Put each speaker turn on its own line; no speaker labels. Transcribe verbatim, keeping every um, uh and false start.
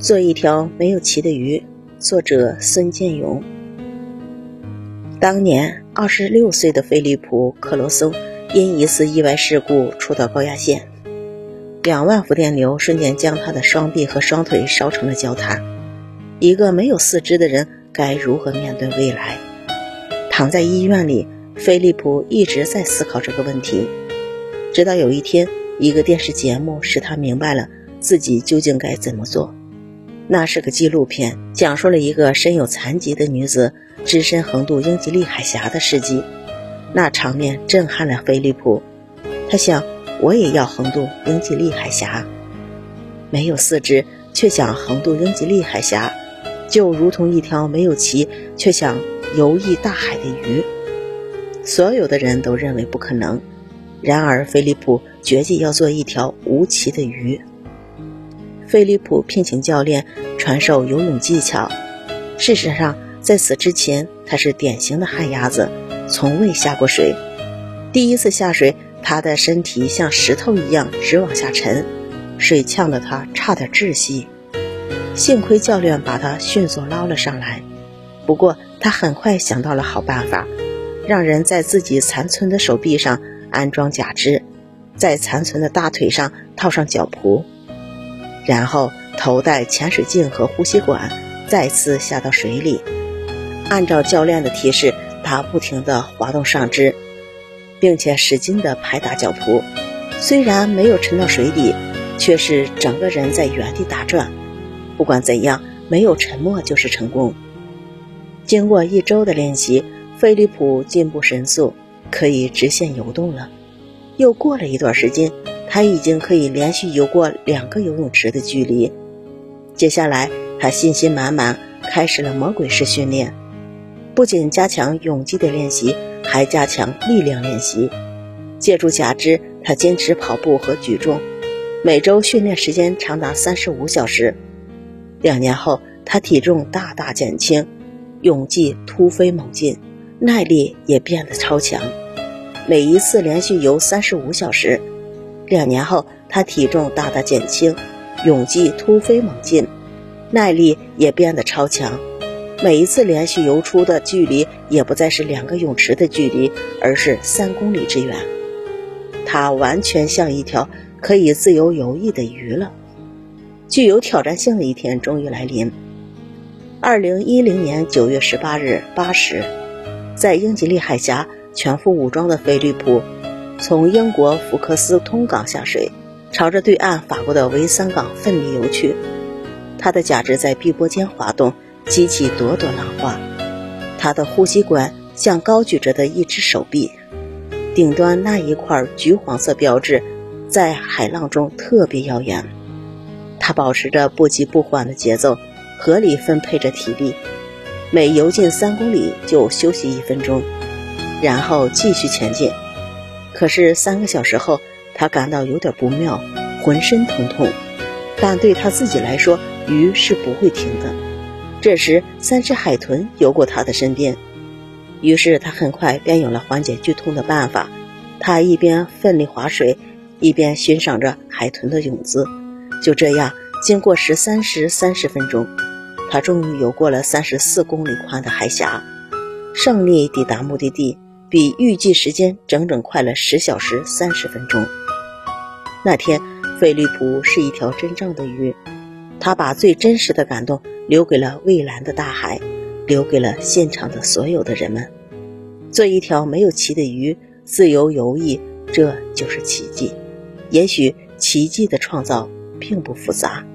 做一条没有鳍的鱼，作者孙建勇。当年二十六岁的菲利普·克罗松因一次意外事故触到高压线，两万伏电流瞬间将他的双臂和双腿烧成了焦炭。一个没有四肢的人该如何面对未来？躺在医院里，菲利普一直在思考这个问题，直到有一天，一个电视节目使他明白了自己究竟该怎么做。那是个纪录片，讲述了一个身有残疾的女子只身横渡英吉利海峡的事迹。那场面震撼了菲利普，他想，我也要横渡英吉利海峡。没有四肢却想横渡英吉利海峡，就如同一条没有鳍却想游弋大海的鱼。所有的人都认为不可能，然而菲利普决计要做一条无鳍的鱼。菲利普聘请教练传授游泳技巧。事实上，在此之前，他是典型的旱鸭子，从未下过水。第一次下水，他的身体像石头一样直往下沉，水呛得他差点窒息。幸亏教练把他迅速捞了上来。不过他很快想到了好办法，让人在自己残存的手臂上安装假肢，在残存的大腿上套上脚蹼，然后头戴潜水镜和呼吸管，再次下到水里。按照教练的提示，他不停地滑动上肢，并且使劲地拍打脚蹼。虽然没有沉到水底，却是整个人在原地打转。不管怎样，没有沉没就是成功。经过一周的练习，菲利普进步神速，可以直线游动了。又过了一段时间，他已经可以连续游过两个游泳池的距离。接下来，他信心满满，开始了魔鬼式训练。不仅加强泳技的练习，还加强力量练习。借助假肢，他坚持跑步和举重，每周训练时间长达三十五小时。两年后，他体重大大减轻，泳技突飞猛进，耐力也变得超强。每一次连续游三十五小时。两年后，他体重大大减轻，泳技突飞猛进，耐力也变得超强。每一次连续游出的距离也不再是两个泳池的距离，而是三公里之远。他完全像一条可以自由游弋的鱼了。具有挑战性的一天终于来临。二零一零年九月十八日八时，在英吉利海峡，全副武装的菲利普从英国福克斯通港下水，朝着对岸法国的维桑港奋力游去。他的假肢在碧波间滑动，激起朵朵浪花。他的呼吸管像高举着的一只手臂，顶端那一块橘黄色标志在海浪中特别耀眼。他保持着不急不缓的节奏，合理分配着体力，每游进三公里就休息一分钟，然后继续前进。可是三个小时后，他感到有点不妙，浑身疼痛。但对他自己来说，鱼是不会停的。这时三只海豚游过他的身边，于是他很快便有了缓解剧痛的办法。他一边奋力划水，一边欣赏着海豚的泳姿。就这样，经过十三时三十分钟，他终于游过了三十四公里宽的海峡，胜利抵达目的地，比预计时间整整快了十小时三十分钟。那天，菲利普是一条真正的鱼，他把最真实的感动留给了蔚蓝的大海，留给了现场的所有的人们。做一条没有鳍的鱼，自由游弋，这就是奇迹。也许奇迹的创造并不复杂。